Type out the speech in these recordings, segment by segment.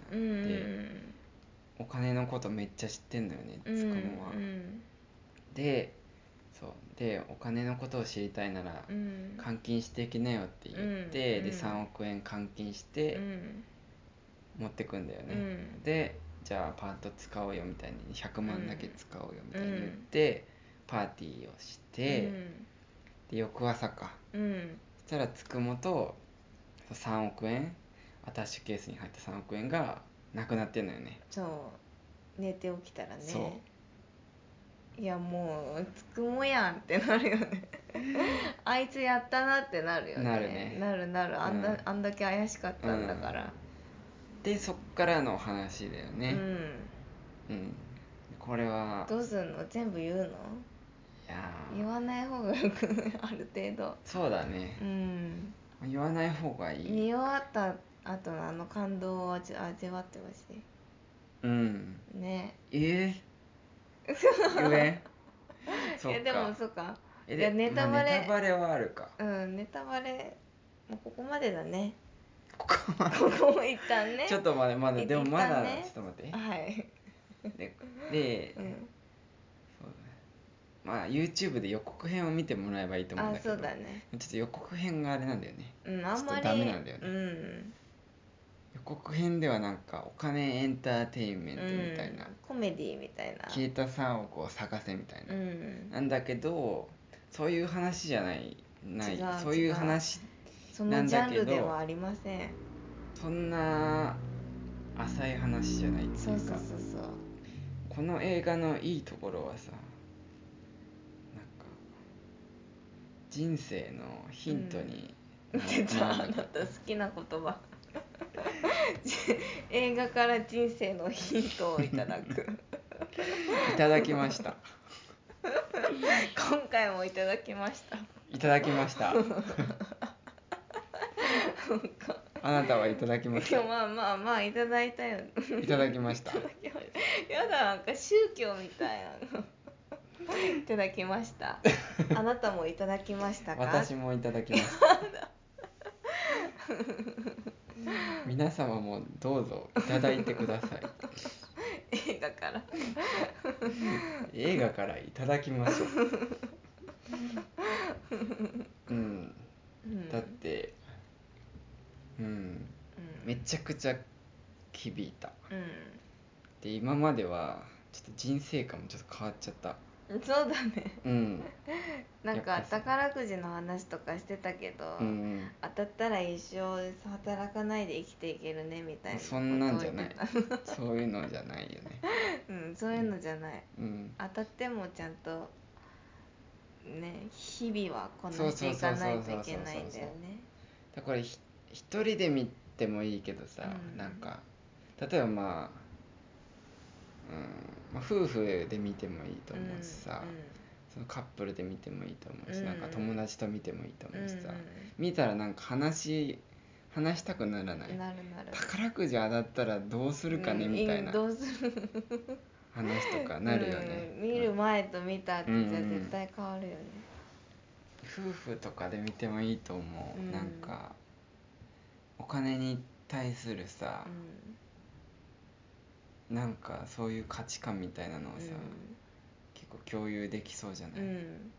うんうんでお金のことめっちゃ知ってんのよね、 うんつくもは。でお金のことを知りたいならうん換金していきなよって言って、で3億円換金して持ってくんだよね、でじゃあパート使おうよみたいに100万だけ使おうよみたいに言って、パーティーをして、で翌朝か、そしたらつくもと3億円アタッシュケースに入った3億円がなくなってんのよね。 そう寝て起きたらね。 そいやもうつくもやんってなるよねあいつやったなってなるよね。 なるね。 なるあんだけ怪しかったんだから、 でそっからの話だよね。これはどうすんの？全部言うの？ いや言わない方がよくない？ある程度。 そうだね、言わない方がいい。 見終わった後のあの感動を味わってほしいね。 言えんそっか。 いやでもそうか。いでやネタバレ、 ネタバレはあるか。 ネタバレもうここまでだね。 ここも一旦ね。 ちょっとまだでもまだ、 ね、 ちょっと待って。 はいで、そうだね。まあ YouTube で予告編を見てもらえばいいと思うんだけど、 そうだね。 ちょっと予告編があれなんだよね。 あんまりちょっとダメなんだよね。予告編ではなんかお金エンターテインメントみたいな、 コメディみたいな、 消えた3億を探せみたいな、なんだけどそういう話じゃない違うそういう話そのなんジャンルでだけど、 はありません。 そんな浅い話じゃないっていうか、この映画のいいところはさ、なんか人生のヒントにあなた好きな言葉映画から人生のヒントをいただくいただきました今回もいただきました。 いただきましたあなたはいただきました。 まあいただいたよいただきましたやだなんか宗教みたいないただきましたあなたもいただきましたか？ 私もいただきました皆様もどうぞいただいてください映画から映画からいただきましょうだってめちゃくちゃ響いた、で今まではちょっと人生観もちょっと変わっちゃった。 そうだねなんかやっぱさ宝くじの話とかしてたけど、当たったら一生働かないで生きていけるねみたいなことそんなんじゃないそういうのじゃないよねそういうのじゃない、当たってもちゃんとね日々はこなしていかないといけないんだよね。 だから一人で見てもいいけどさ、なんか例えば夫婦で見てもいいと思うしさ、そのカップルで見てもいいと思うし、なんか友達と見てもいいと思うしさ、見たらなんか話したくならない？ なる宝くじ当たったらどうするかね、みたいなどうする話とかなるよね、 見る前と見た後じゃ絶対変わるよね、 夫婦とかで見てもいいと思う、なんかお金に対するさ、なんかそういう価値観みたいなのをさ、結構共有できそうじゃない？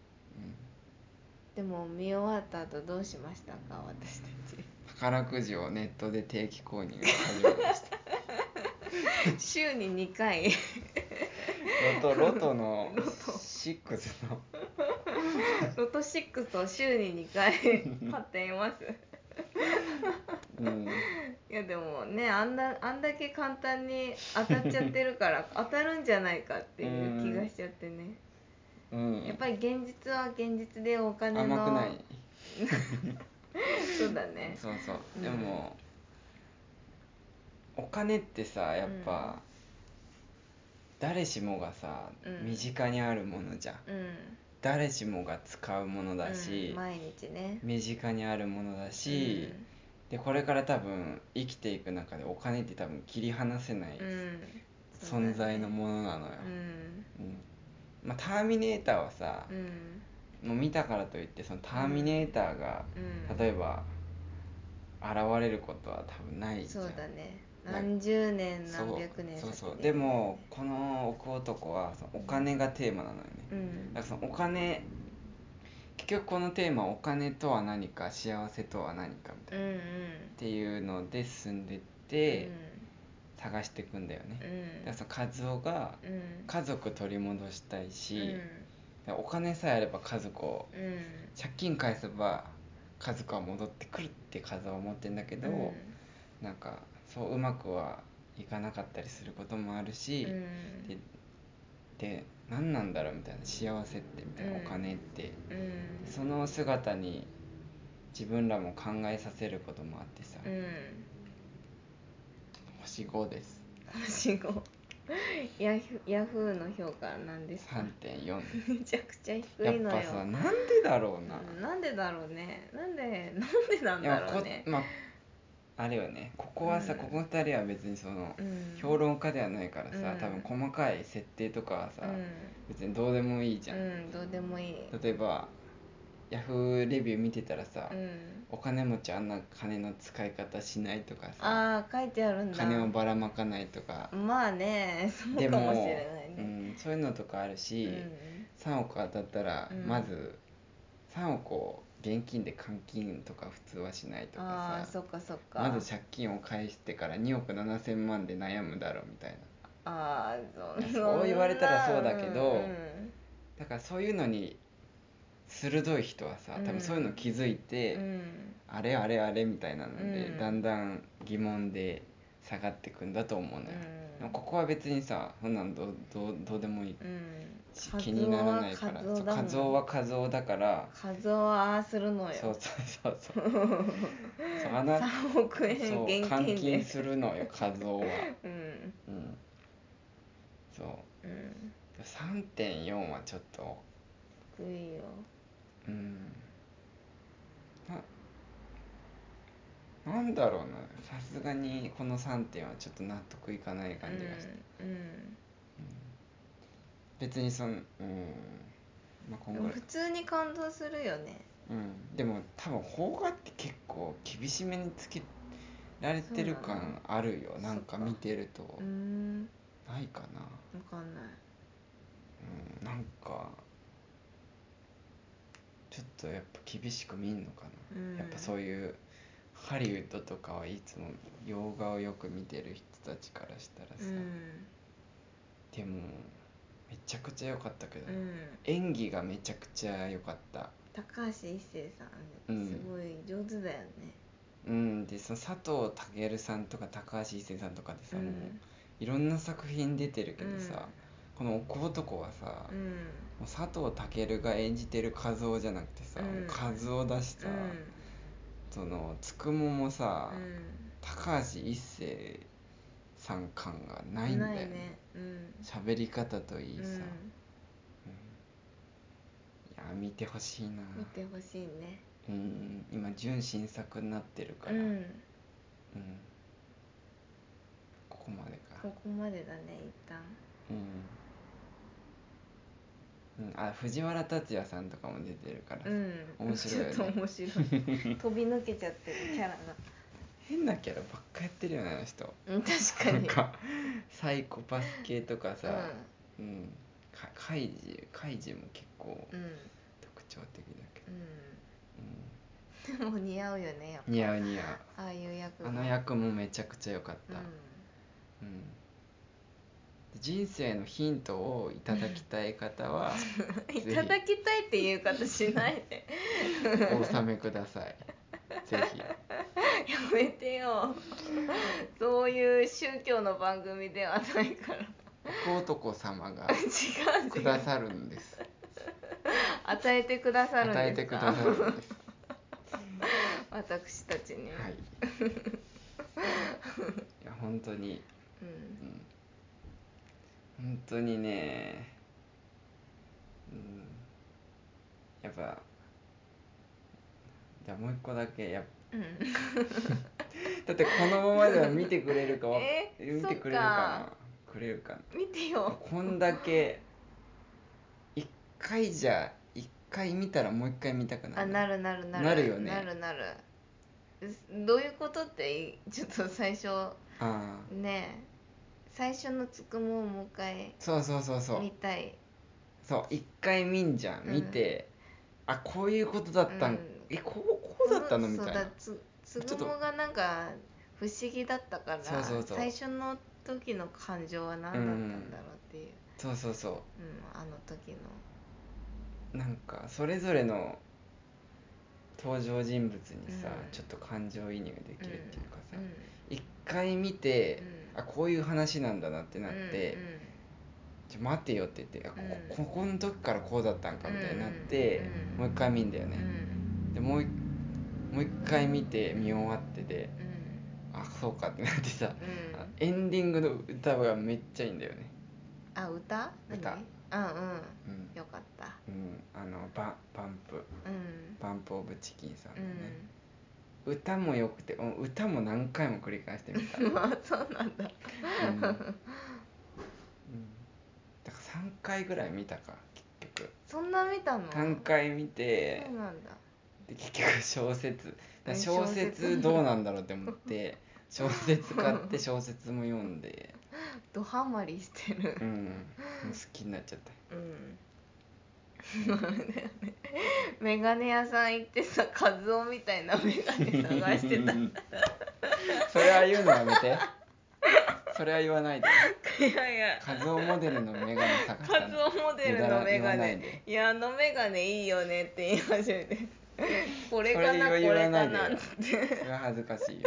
でも見終わった後どうしましたか？私たち宝くじをネットで定期購入始めました週に2回ロトの6のロト6を週に2回買っていますいやでもねあんだけ簡単に当たっちゃってるから当たるんじゃないかっていう気がしちゃってね、やっぱり現実は現実でお金の甘くないそうだね、 でもお金ってさやっぱ、誰しもがさ、身近にあるものじゃん、誰しもが使うものだし、 毎日ね身近にあるものだし、でこれから多分生きていく中でお金って多分切り離せない、存在のものなのよ、ターミネーターはさ、もう見たからといってそのターミネーターが、例えば現れることは多分ないじゃん。 そうだね何十年何百年そうそうでもこの奥男はそのお金がテーマなのよね、 うん、 だからそのお金、結局このテーマはお金とは何か幸せとは何かみたいな、 うんうん、 っていうので進んでって、探していくんだよね、だからその和夫が家族取り戻したいし、お金さえあれば家族を、借金返せば家族は戻ってくるって和夫は思ってんだけど、なんかそううまくはいかなかったりすることもあるし、で何なんだろうみたいな、幸せってみたいな、お金って、その姿に自分らも考えさせることもあってさ、星5です。 星5。ヤフーの評価なんですか？ 3.4 めちゃくちゃ低いのよ。 やっぱさ、なんでだろうな、 なんでだろうね、なんでなんだろうね。 あれよね、ここはさ、ここ2人は別にその、評論家ではないからさ、多分細かい設定とかはさ、別にどうでもいいじゃん、 どうでもいい。 例えばヤフーレビュー見てたらさ、お金持ちあんな金の使い方しないとかさ、 書いてあるんだ。 金をばらまかないとか、 まあね、そうかもしれないね。 そういうのとかあるし、3億当たったら、まず3億を現金で換金とか普通はしないとかさ、 そっかそっか、 まず借金を返してから2億7千万で悩むだろみたいな、そう言われたらそうだけど、だからそういうのに鋭い人はさ、多分そういうの気づいて、あれあれあれみたいなので、だんだん疑問で下がってくんだと思うのよ、でもここは別にさ、そんなんどうでもいいし、気にならないから、和夫は和夫だから、 和夫はああするのよ。 そう3億円現金で換金するのよ和夫は。そう、3.4 はちょっと低いよ。 なんだろうな、さすがにこの3点はちょっと納得いかない感じがして、別に今後普通に感動するよね。 でも多分邦画って結構厳しめにつけられてる感あるよ、なんか見てると。ないかな、 分かんない。 なんかちょっとやっぱ厳しく見んのかな、やっぱそういうハリウッドとかはいつも洋画をよく見てる人たちからしたらさ、でもめちゃくちゃ良かったけど、演技がめちゃくちゃ良かった。 高橋一生さん、すごい上手だよね。でその佐藤健さんとか高橋一生さんとかでさ、もういろんな作品出てるけどさ、この奥男はさ、もう佐藤健が演じてる和夫じゃなくてさ、もう和夫だしさ、そのつくももさ、高橋一生さん感がないんだよね、喋り方といいさ、いや見てほしいな。 見てほしいね。 今純新作になってるから、ここまでか。 ここまでだね、一旦。 藤原竜也さんとかも出てるからさ、面白いよね。 ちょっと面白い飛び抜けちゃってるキャラが。 変なキャラばっかやってるよね、あの人。 確かに。 なんかサイコパス系とかさ、カイジも結構特徴的だけど、でも似合うよね、やっぱ。 似合う。 ああいう役あの役もめちゃくちゃ良かった。人生のヒントをいただきたい方はいただきたいっていう方しないでお納めください、ぜひ。 やめてよ、そういう宗教の番組ではないから。 福男様が違うくださるんです。 与えてくださるんですか？ 与えてくださるんです。 私たちに。 はい。いや本当に、本当にね、やっぱじゃあもう一個だけだってこのままでは見てくれるか見てくれるかな、くれるかな。 見てよ。 こんだけ一回見たらもう一回見たくなる。 なるよね。 なる。どういうことってちょっと最初ねえ最初のつくもをもう一回そう見たい。 そう一回見んじゃん、見て、あこういうことだったん、こうだったのみたいな。 つぐもがなんか不思議だったから、最初の時の感情は何だったんだろうっていう、 そうあの時のなんかそれぞれの登場人物にさ、ちょっと感情移入できるっていうかさ、一回見て、あこういう話なんだなってなって、ちょ待てよって言って、ここの時からこうだったんかみたいになって、もう一回見んだよね、でもう一回見て見終わってで、あそうかってなってさ、エンディングの歌がめっちゃいいんだよね。 歌よかった。 バンプオブチキンさんのね、歌もよくて、歌も何回も繰り返してみた。 そうなんだ。 だから3回ぐらい見たか結局。 そんな見たの ？3回見て、 そうなんだ。 で結局小説どうなんだろうって思って小説買って小説も読んでドハマりしてる。 もう好きになっちゃった。 メガネ屋さん行ってさ、カズオみたいなメガネ探してた。 それは言うのやめて。それは言わないで。 いやカズオモデルのメガネ探したの。 カズオモデルのメガネ、いやあのメガネいいよねって言い始めて、これかなこれかなって。 それは恥ずかしいよ。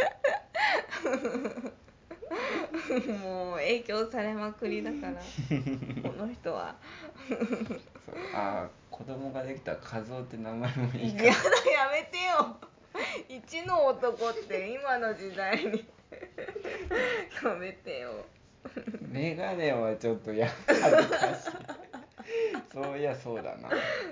もう影響されまくりだからこの人は。 そう子供ができたらカズオって名前もいいか。 やめてよ。一の男って今の時代にやめてよ。 メガネはちょっと恥ずかしい。そういやそうだな。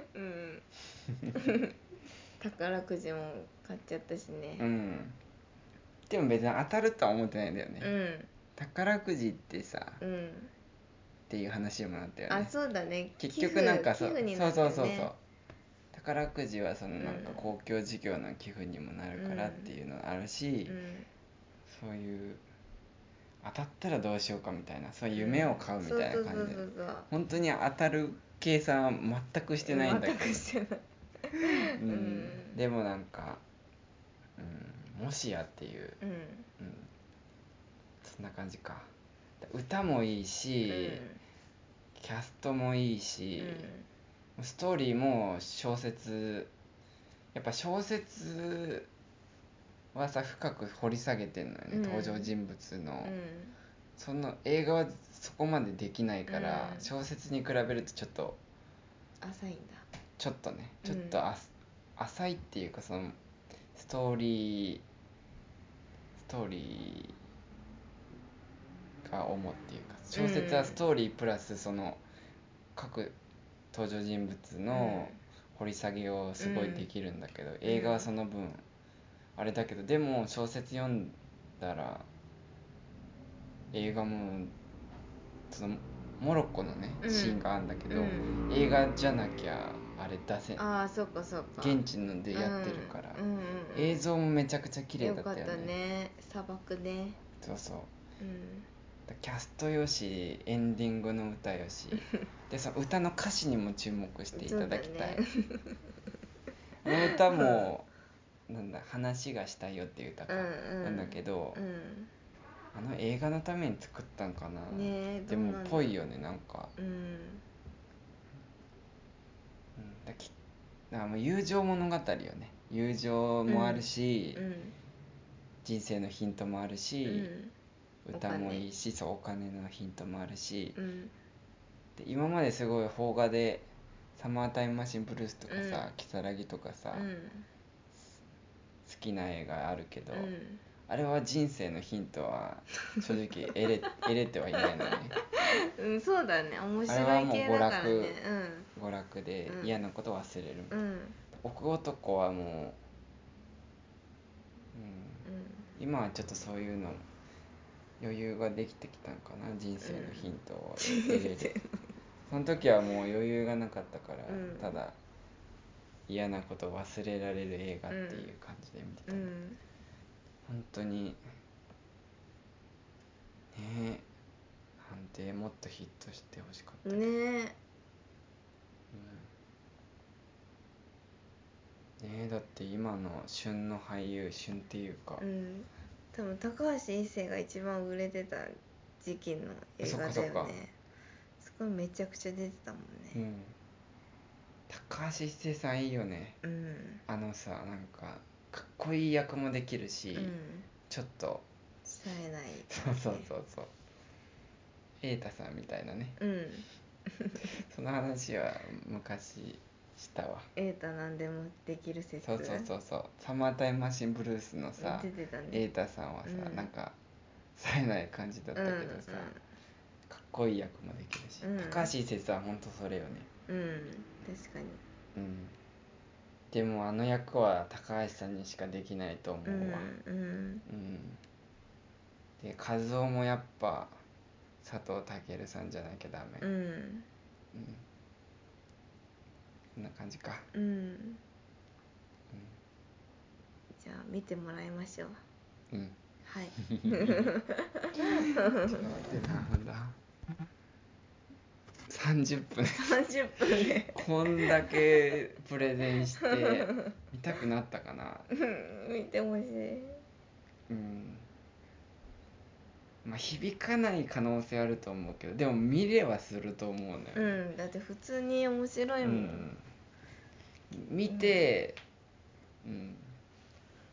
宝くじも買っちゃったしね。 でも別に当たるとは思ってないんだよね。宝くじってさ、っていう話にもなったよね。 そうだね。 結局なんかそう、 ね、 宝くじはそのなんか公共事業の寄付にもなるからっていうのあるし、そういう当たったらどうしようかみたいな、そういう夢を買うみたいな感じで、本当に当たる計算は全くしてないんだけど、でもなんか、もしやっていう、そんな感じか。歌もいいし、キャストもいいし、ストーリーもやっぱ小説はさ深く掘り下げてんのよね、登場人物の、その映画はそこまでできないから、小説に比べるとちょっと浅いんだ。 ちょっとね、ちょっと浅いっていうか、そのストーリーが主っていうか、小説はストーリープラスその各登場人物の掘り下げをすごいできるんだけど、映画はその分あれだけど、でも小説読んだら映画もそのモロッコのねシーンがあるんだけど、映画じゃなきゃあれ出せない。 そうか現地のでやってるから、映像もめちゃくちゃ綺麗だったよね。 よかったね、砂漠ね。 そうそう、キャストよし、エンディングの歌よしで、その歌の歌詞にも注目していただきたい。この歌もなんだ、話がしたいよっていう歌か、なんだけど、あの映画のために作ったんかな、でもぽいよね、なんか、だからもう友情物語よね。友情もあるし、人生のヒントもあるし、歌もいいし、お金のヒントもあるし、で今まですごい邦画でサマータイムマシンブルースとかさ、如月とかさ、好きな映画あるけど、あれは人生のヒントは正直得れてはいないのね。 そうだね、面白い系だからね。 娯楽で嫌なこと忘れるみたいな。奥男はもう、今はちょっとそういうの余裕ができてきたんかな、人生のヒントを得れる。その時はもう余裕がなかったから、ただ嫌なことを忘れられる映画っていう感じで見てた、本当に判定もっとヒットしてほしかったねえ、 だって今の旬の俳優、旬っていうか、 多分高橋一生が一番売れてた時期の映画だよね。そこめちゃくちゃ出てたもんね。 高橋一生さんいいよね。さ、なんかかっこいい役もできるし、ちょっと冴えない、ね、 そう瑛太さんみたいなね。その話は昔したわ。 瑛太なんでもできる説。 そうサマータイムマシンブルースのさ、 出てたね、 瑛太さんはさ、なんか冴えない感じだったけどさ、かっこいい役もできるし、高橋一生さんはほんとそれよね。 確かに。 でもあの役は高橋さんにしかできないと思うわ。で和夫もやっぱ佐藤健さんじゃなきゃダメ。こんな感じか。 じゃあ見てもらいましょう。はい。 ちょっと待って、何分だ。30分。 30分でこんだけプレゼンして見たくなったかな。 見てほしい。 まあ響かない可能性あると思うけど、でも見れはすると思うのよ、 だって普通に面白いもん。 見て、